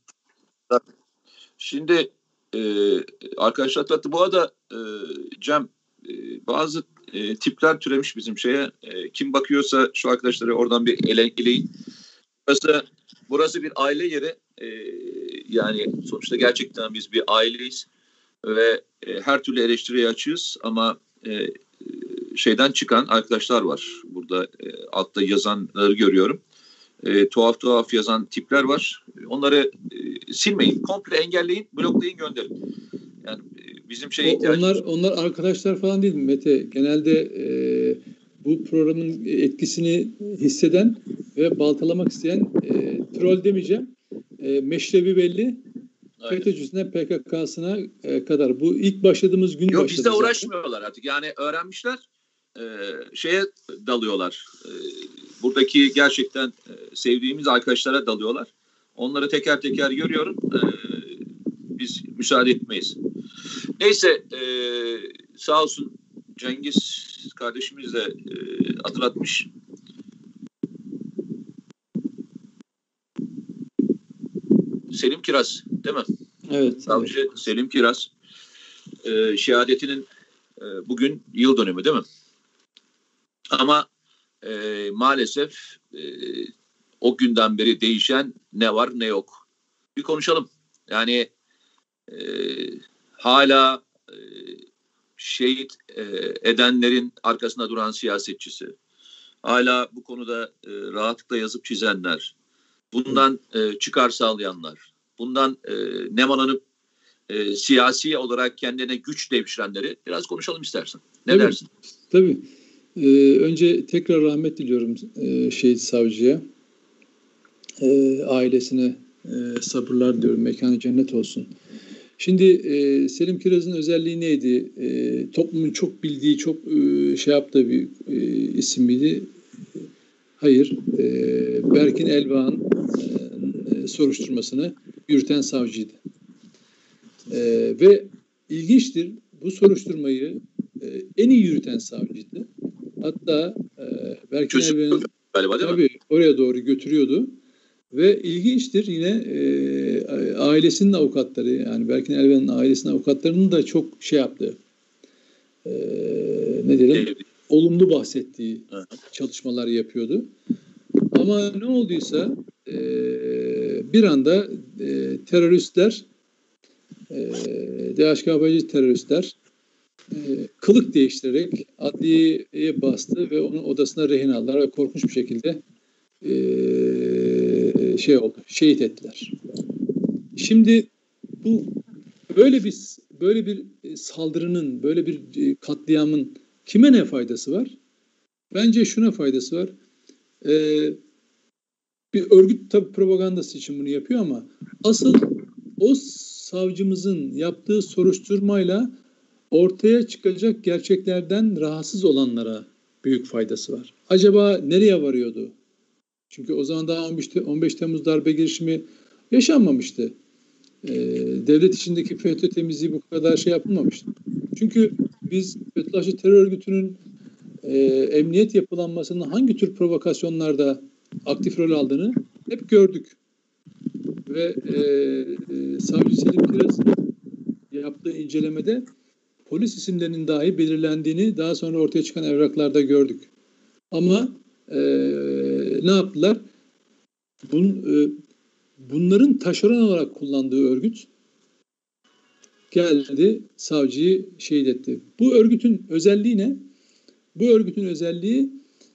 Şimdi arkadaşlar tattı. Bu arada Cem, bazı tipler türemiş bizim şeye. Kim bakıyorsa şu arkadaşları oradan bir eleyin. Burası bir aile yeri. Yani sonuçta gerçekten biz bir aileyiz ve her türlü eleştiriye açığız ama şeyden çıkan arkadaşlar var. Burada altta yazanları görüyorum. Tuhaf tuhaf yazan tipler var. Onları silmeyin. Komple engelleyin, bloklayın, gönderin. Yani bizim şeye ihtiyacımız.
Onlar arkadaşlar falan değil Mete. Genelde bu programın etkisini hisseden ve baltalamak isteyen troll demeyeceğim. Meşrebi belli. FETÖ'cüsüne PKK'sına kadar. Bu ilk başladığımız gün
Yok,
başladı.
bizde uğraşmıyorlar artık. Yani öğrenmişler, şeye dalıyorlar. Buradaki gerçekten sevdiğimiz arkadaşlara dalıyorlar. Onları teker teker görüyorum. Biz müsaade etmeyiz. Neyse, sağ olsun Cengiz kardeşimiz de hatırlatmış. Selim Kiraz değil mi?
Evet.
Savcı evet. Selim Kiraz. Şehadetinin bugün yıl dönümü değil mi? Ama maalesef o günden beri değişen ne var ne yok. Bir konuşalım. Yani hala şehit edenlerin arkasında duran siyasetçisi, hala bu konuda rahatlıkla yazıp çizenler, bundan çıkar sağlayanlar, bundan nemalanıp siyasi olarak kendine güç devşirenleri biraz konuşalım istersen. Ne dersin?
Tabii. Önce tekrar rahmet diliyorum şehit savcıya. Ailesine sabırlar diliyorum. Mekanı cennet olsun. Şimdi Selim Kiraz'ın özelliği neydi? Toplumun çok bildiği, çok şey yaptığı bir isim miydi? Hayır. Berkin Elvan'ın soruşturmasını yürüten savcıydı. Ve ilginçtir, bu soruşturmayı en iyi yürüten savcıydı. Hatta Berkin Elvan'ın tabii oraya doğru götürüyordu. Ve ilginçtir yine ailesinin avukatları, yani Berkin Elvan'ın ailesinin avukatlarının da çok şey yaptığı, ne diyelim, olumlu bahsettiği çalışmalar yapıyordu. Ama ne olduysa bir anda teröristler, DHKPC teröristler kılık değiştirerek adliyeye bastı ve onun odasına rehin aldılar ve korkunç bir şekilde şehit ettiler. Şimdi bu böyle bir saldırının, böyle bir katliamın kime ne faydası var? Bence şuna faydası var. Bir örgüt tabii propagandası için bunu yapıyor ama asıl o savcımızın yaptığı soruşturmayla ortaya çıkacak gerçeklerden rahatsız olanlara büyük faydası var. Acaba nereye varıyordu? Çünkü o zaman daha 15 Temmuz darbe girişimi yaşanmamıştı. Devlet içindeki FETÖ temizliği bu kadar şey yapılmamıştı. Çünkü biz Fethullahçı terör örgütünün emniyet yapılanmasının hangi tür provokasyonlarda aktif rol aldığını hep gördük. Ve Savcı Selim Kiraz'ın yaptığı incelemede polis isimlerinin dahi belirlendiğini daha sonra ortaya çıkan evraklarda gördük. Ama ne yaptılar? Bunların taşeron olarak kullandığı örgüt geldi, savcıyı şehit etti. Bu örgütün özelliği ne? Bu örgütün özelliği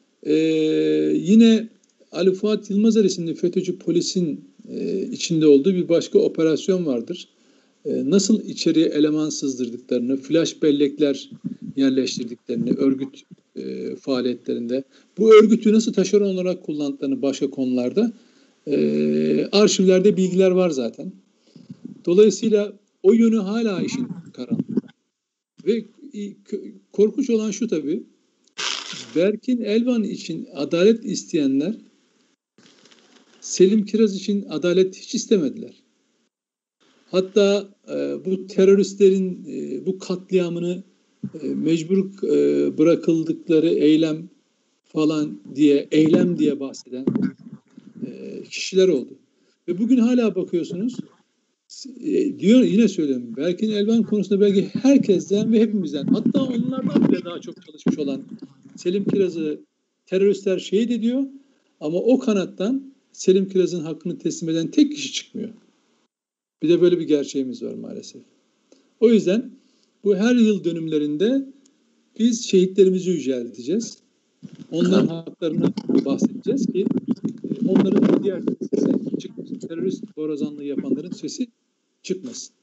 yine Ali Fuat Yılmazer isimli FETÖ'cü polisin içinde olduğu bir başka operasyon vardır. Nasıl içeriye eleman sızdırdıklarını, flash bellekler yerleştirdiklerini, örgüt faaliyetlerinde, bu örgütü nasıl taşeron olarak kullandıklarını başka konularda arşivlerde bilgiler var zaten. Dolayısıyla o yönü hala işin karanlığı. Ve korkunç olan şu tabii, Berkin Elvan için adalet isteyenler Selim Kiraz için adalet hiç istemediler. Hatta bu teröristlerin bu katliamını mecbur bırakıldıkları eylem falan diye, eylem diye bahseden kişiler oldu. Ve bugün hala bakıyorsunuz, diyor, yine söylüyorum, Berkin Elvan konusunda belki herkesten ve hepimizden, hatta onlardan bile daha çok çalışmış olan Selim Kiraz'ı teröristler şehit ediyor ama o kanattan Selim Kiraz'ın hakkını teslim eden tek kişi çıkmıyor. Bir de böyle bir gerçeğimiz var maalesef. O yüzden bu her yıl dönümlerinde Biz şehitlerimizi yücelteceğiz. Onların haklarını bahsedeceğiz ki onların diğer sesi çıkmasın. Terörist borazanlığı yapanların sesi çıkmasın.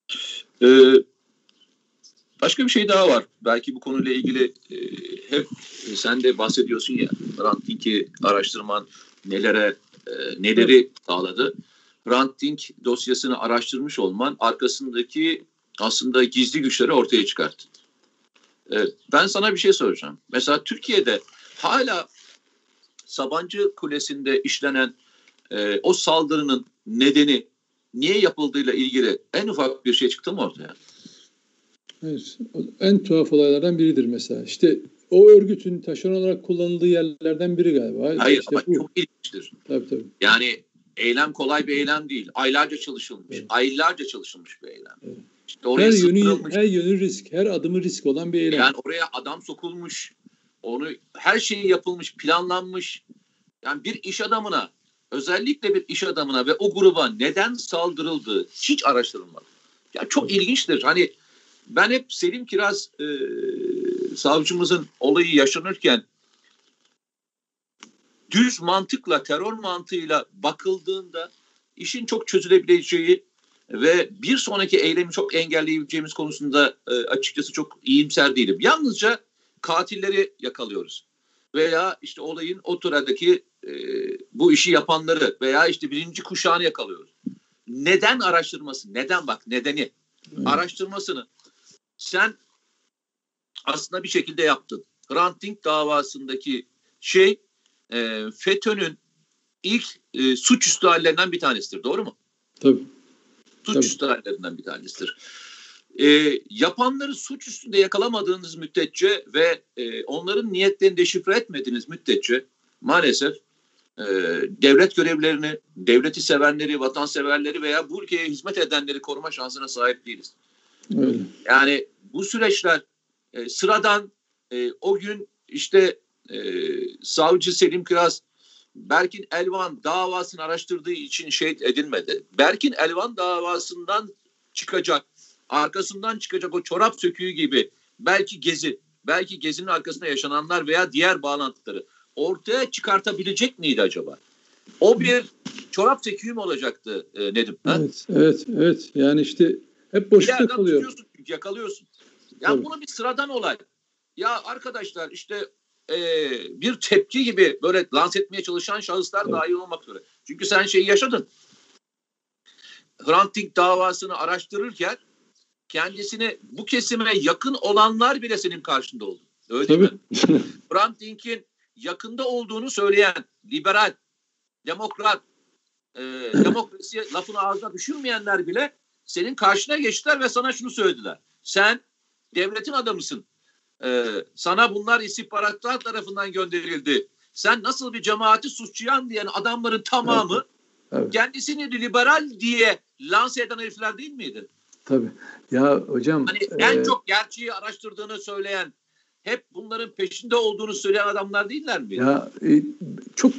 Başka bir şey daha var. Belki bu konuyla ilgili hep sen de bahsediyorsun ya, Hrant Dink'i araştırman neleri sağladı. Hrant Dink dosyasını araştırmış olman arkasındaki aslında gizli güçleri ortaya çıkarttı. Ben sana bir şey soracağım. Mesela Türkiye'de hala Sabancı Kulesi'nde işlenen o saldırının nedeni niye yapıldığıyla ilgili en ufak bir şey çıktı mı ortaya?
Evet, en tuhaf olaylardan biridir mesela. İşte o örgütün taşeron olarak kullanıldığı yerlerden biri galiba.
Hayır
işte
ama
bu.
çok ilginçtir.
Tabii.
Yani eylem kolay bir eylem değil. Aylarca çalışılmış. Evet. Aylarca çalışılmış bir eylem. Evet. İşte oraya
her yönü risk, her adımı risk olan bir eylem.
Yani oraya adam sokulmuş. Her şeyi yapılmış, planlanmış. Yani bir iş adamına, özellikle bir iş adamına ve o gruba neden saldırıldığı hiç araştırılmadı. Yani çok ilginçtir. Hani ben hep Selim Kiraz savcımızın olayı yaşanırken düz mantıkla, terör mantığıyla bakıldığında işin çok çözülebileceği ve bir sonraki eylemi çok engelleyebileceğimiz konusunda açıkçası çok iyimser değilim. Yalnızca katilleri yakalıyoruz. Veya işte olayın o tıradaki bu işi yapanları veya işte birinci kuşağını yakalıyoruz. Neden araştırması? Neden bak nedeni? Araştırmasını sen aslında bir şekilde yaptın. Hrant Dink davasındaki FETÖ'nün ilk suçüstü hallerinden bir tanesidir. Doğru mu?
Tabii.
Suçüstü hallerinden bir tanesidir. Yapanları suç üstünde yakalamadığınız müddetçe ve onların niyetlerini deşifre etmediğiniz müddetçe maalesef devlet görevlilerini, devleti sevenleri, vatanseverleri veya bu ülkeye hizmet edenleri koruma şansına sahip değiliz.
Öyle.
Yani bu süreçler sıradan o gün işte savcı Selim Kiraz Berkin Elvan davasını araştırdığı için şehit edilmedi. Berkin Elvan davasından çıkacak, arkasından çıkacak o çorap söküğü gibi belki Gezi'nin arkasında yaşananlar veya diğer bağlantıları ortaya çıkartabilecek miydi acaba? O bir çorap söküğü mü olacaktı Nedim?
Evet. Yani işte hep boşlukta kalıyor.
Tutuyorsun, yakalıyorsun. Yani bunu bir sıradan olay. Ya arkadaşlar işte bir tepki gibi böyle lanse etmeye çalışan şahıslar dahil olmak üzere. Çünkü sen şeyi yaşadın. Hrant Dink davasını araştırırken kendisine bu kesime yakın olanlar bile senin karşında oldu. Öyle değil mi? Hrant Dink'in yakında olduğunu söyleyen liberal, demokrat, demokrasiye lafını ağzına düşürmeyenler bile senin karşına geçtiler ve sana şunu söylediler. Sen devletin adamısın. Sana bunlar istihbaratlar tarafından gönderildi. Sen nasıl bir cemaati suçlayan diyen adamların tamamı kendisini liberal diye lanse eden herifler değil miydi?
Tabii. Ya hocam.
Hani en çok gerçeği araştırdığını söyleyen, hep bunların peşinde olduğunu söyleyen adamlar değiller mi?
Ya çok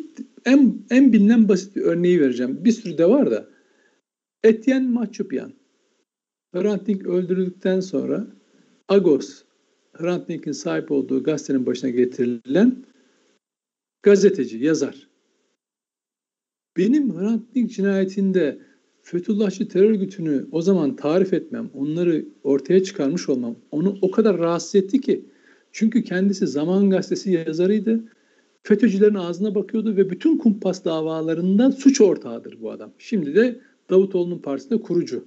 en bilinen basit bir örneği vereceğim. Bir sürü de var da. Etienne Mahçupyan. Hrant Dink öldürüldükten sonra Agos, Hrant Dink'in sahip olduğu gazetenin başına getirilen gazeteci, yazar. Benim Hrant Dink cinayetinde Fethullahçı terör örgütünü o zaman tarif etmem, onları ortaya çıkarmış olmam onu o kadar rahatsız etti ki. Çünkü kendisi Zaman Gazetesi yazarıydı. FETÖ'cülerin ağzına bakıyordu ve bütün kumpas davalarından suç ortağıdır bu adam. Şimdi de Davutoğlu'nun partisinde kurucu.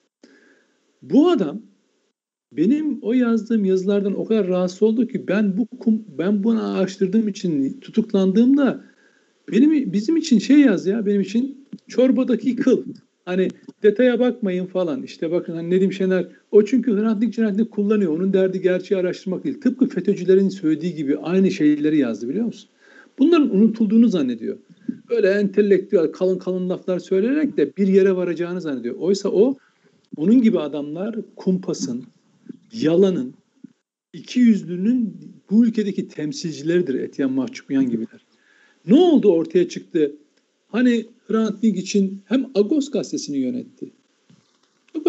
Bu adam benim o yazdığım yazılardan o kadar rahatsız oldu ki ben bunu araştırdığım için tutuklandığımda bizim için benim için çorbadaki kıl. Hani detaya bakmayın falan. İşte bakın hani Nedim Şener o çünkü Hrant Dink cinayetini kullanıyor. Onun derdi gerçeği araştırmak değil. Tıpkı FETÖ'cülerin söylediği gibi aynı şeyleri yazdı biliyor musun? Bunların unutulduğunu zannediyor. Öyle entelektüel kalın laflar söyleyerek de bir yere varacağını zannediyor. Oysa onun gibi adamlar kumpasın, yalanın, ikiyüzlünün bu ülkedeki temsilcileridir. Etienne Mahçupyan gibiler. Ne oldu ortaya çıktı? Hani Hrant Dink için hem Agos gazetesini yönetti.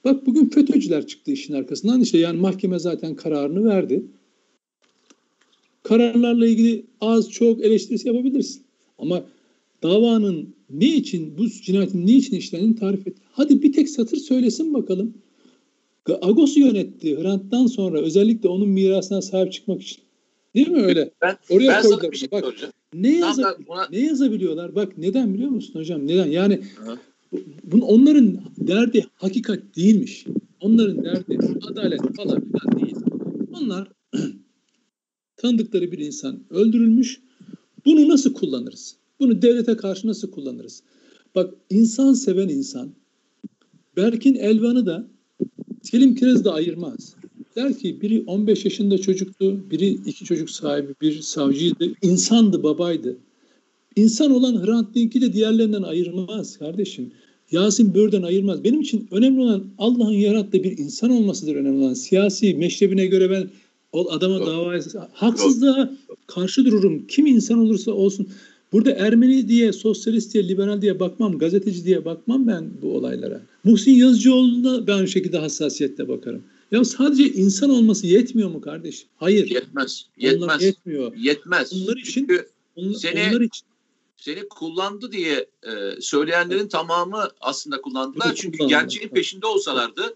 Bak bugün FETÖ'cüler çıktı işin arkasından. İşte yani mahkeme zaten kararını verdi. Kararlarla ilgili az çok eleştirisi yapabilirsin. Ama davanın ne için, bu cinayetin ne için işlendiğini tarif et. Hadi bir tek satır söylesin bakalım. Agos'u yönetti Hrant'tan sonra özellikle onun mirasına sahip çıkmak için. Değil mi öyle? Oraya
Ben
koydular
sana bir şey
bunu. Bak,
soracağım.
ne yazabiliyorlar? Bak neden biliyor musun hocam? Neden? Yani onların derdi hakikat değilmiş. Onların derdi adalet falan filan değil. Onlar tanıdıkları bir insan öldürülmüş. Bunu nasıl kullanırız? Bunu devlete karşı nasıl kullanırız? Bak insan seven insan Berkin Elvan'ı da Selim Kirez de ayırmaz. Der ki biri 15 yaşında çocuktu, biri 2 çocuk sahibi, bir savcıydı, insandı, babaydı. İnsan olan Hrant Dink'i de diğerlerinden ayırmaz kardeşim. Yasin Bör'den ayırmaz. Benim için önemli olan Allah'ın yarattığı bir insan olmasıdır önemli olan. Siyasi meşrebine göre ben o adama davaya haksızlığa karşı dururum. Kim insan olursa olsun. Burada Ermeni diye, sosyalist diye, liberal diye bakmam, gazeteci diye bakmam ben bu olaylara. Muhsin Yazıcıoğlu'na ben o şekilde hassasiyetle bakarım. Ya sadece insan olması yetmiyor mu kardeş? Hayır.
Yetmez.
Onlar yetmiyor.
Yetmez.
Onlar için,
çünkü
onlar için
seni kullandı diye söyleyenlerin tamamı aslında kullandılar. Çünkü gerçeğin peşinde olsalardı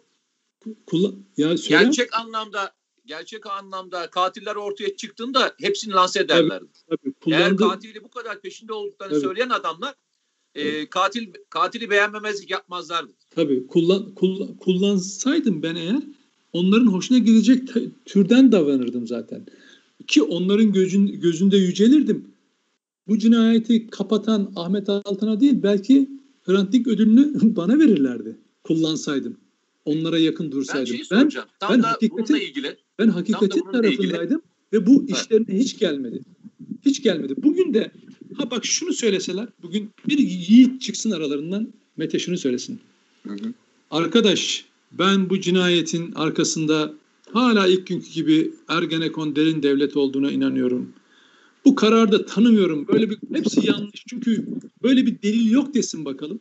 gerçek anlamda katiller ortaya çıktığında hepsini lanse ederlerdi.
Tabii,
eğer katili bu kadar peşinde olduklarını söyleyen adamlar katili beğenmemezlik yapmazlardı.
Tabii kullansaydım ben eğer onların hoşuna gidecek türden davranırdım zaten. Ki onların gözünde yücelirdim. Bu cinayeti kapatan Ahmet Altan'a değil belki Hrant Dink ödülünü bana verirlerdi. Kullansaydım. Onlara yakın dursaydım. Ben hakikatin tarafındaydım ve bu işlerine hiç gelmedi. Hiç gelmedi. Bugün de bak şunu söyleseler, bugün bir yiğit çıksın aralarından, Mete şunu söylesin. Arkadaş, ben bu cinayetin arkasında hala ilk günkü gibi Ergenekon derin devlet olduğuna inanıyorum. Bu kararı da tanımıyorum. Hepsi yanlış. Çünkü böyle bir delil yok desin bakalım.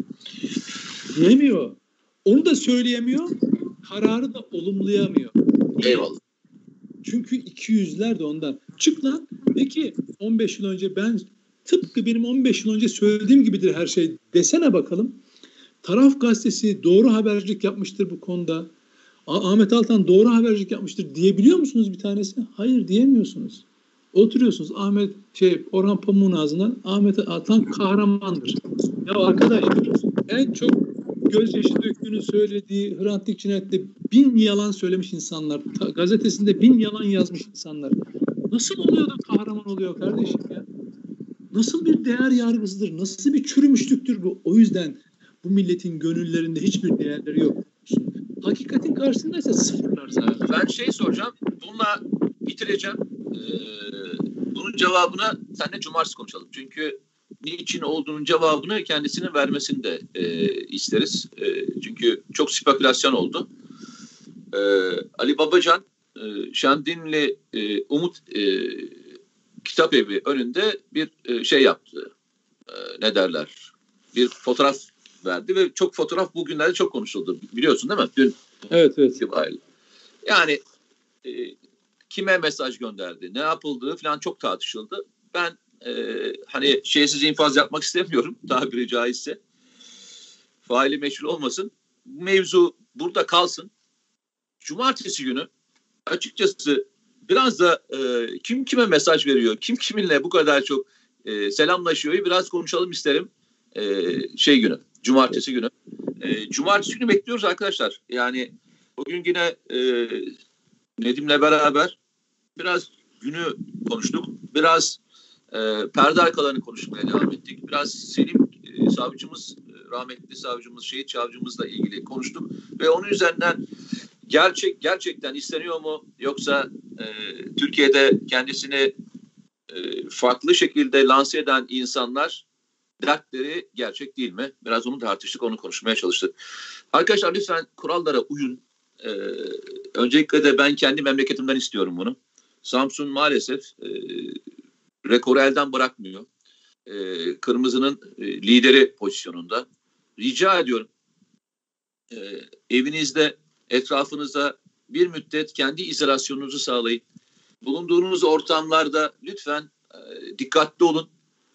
Diyemiyor. Onu da söyleyemiyor. Kararı da olumlayamıyor.
Eyvallah.
Çünkü 200'ler de ondan. Çık lan. Peki 15 yıl önce tıpkı benim 15 yıl önce söylediğim gibidir her şey desene bakalım. Taraf gazetesi doğru habercilik yapmıştır bu konuda. Ahmet Altan doğru habercilik yapmıştır diyebiliyor musunuz bir tanesi? Hayır diyemiyorsunuz. Oturuyorsunuz Orhan Pamuk'un ağzından Ahmet Altan kahramandır. Ya arkadaş en çok gözyaşı döktüğünü söylediği Hrant Dink cinayette 1000 yalan söylemiş insanlar. Gazetesinde 1000 yalan yazmış insanlar. Nasıl oluyor da kahraman oluyor kardeşim ya? Nasıl bir değer yargısıdır? Nasıl bir çürümüşlüktür bu? O yüzden bu milletin gönüllerinde hiçbir değerleri yok. Hakikatin karşısındaysa sıfırlarsa.
Ben soracağım. Bununla bitireceğim. Bunun cevabına seninle cumartesi konuşalım. Çünkü niçin olduğunun cevabını kendisinin vermesini de isteriz. Çünkü çok spekülasyon oldu. Ali Babacan Şendinli Umut Kitap Evi önünde bir yaptı. Ne derler? Bir fotoğraf verdi ve çok fotoğraf bugünlerde çok konuşuldu. Biliyorsun değil mi? Dün.
Evet.
Yani kime mesaj gönderdi, ne yapıldığı falan çok tartışıldı. Ben şeysiz infaz yapmak istemiyorum tabiri caizse. Faili meçhul olmasın. Bu mevzu burada kalsın. Cumartesi günü açıkçası biraz da kim kime mesaj veriyor, kim kiminle bu kadar çok selamlaşıyor biraz konuşalım isterim. Cumartesi günü. Cumartesi günü bekliyoruz arkadaşlar. Yani bugün yine Nedim'le beraber biraz günü konuştuk. Biraz perde arkalarını konuşmaya devam ettik. Biraz Selim savcımız, rahmetli savcımız, şehit savcımızla ilgili konuştuk. Ve onun üzerinden gerçekten isteniyor mu? Yoksa Türkiye'de kendisini farklı şekilde lanse eden insanlar dertleri gerçek değil mi? Biraz onu tartıştık, onu konuşmaya çalıştık. Arkadaşlar lütfen kurallara uyun. Öncelikle de ben kendi memleketimden istiyorum bunu. Samsun maalesef rekoru elden bırakmıyor. Kırmızının lideri pozisyonunda. Rica ediyorum. evinizde, etrafınızda bir müddet kendi izolasyonunuzu sağlayın. Bulunduğunuz ortamlarda lütfen dikkatli olun.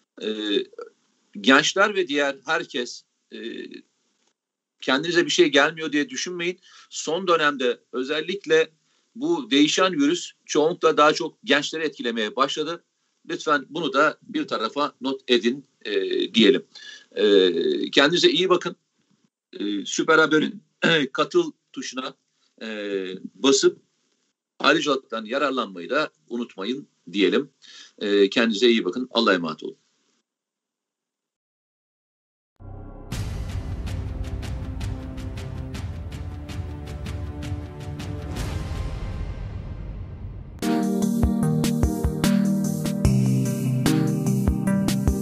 Gençler ve diğer herkes kendinize bir şey gelmiyor diye düşünmeyin. Son dönemde özellikle bu değişen virüs çoğunlukla daha çok gençleri etkilemeye başladı. Lütfen bunu da bir tarafa not edin diyelim. Kendinize iyi bakın. Süper Haber'in katıl tuşuna basıp ayrıcalıktan yararlanmayı da unutmayın diyelim. Kendinize iyi bakın. Allah'a emanet olun.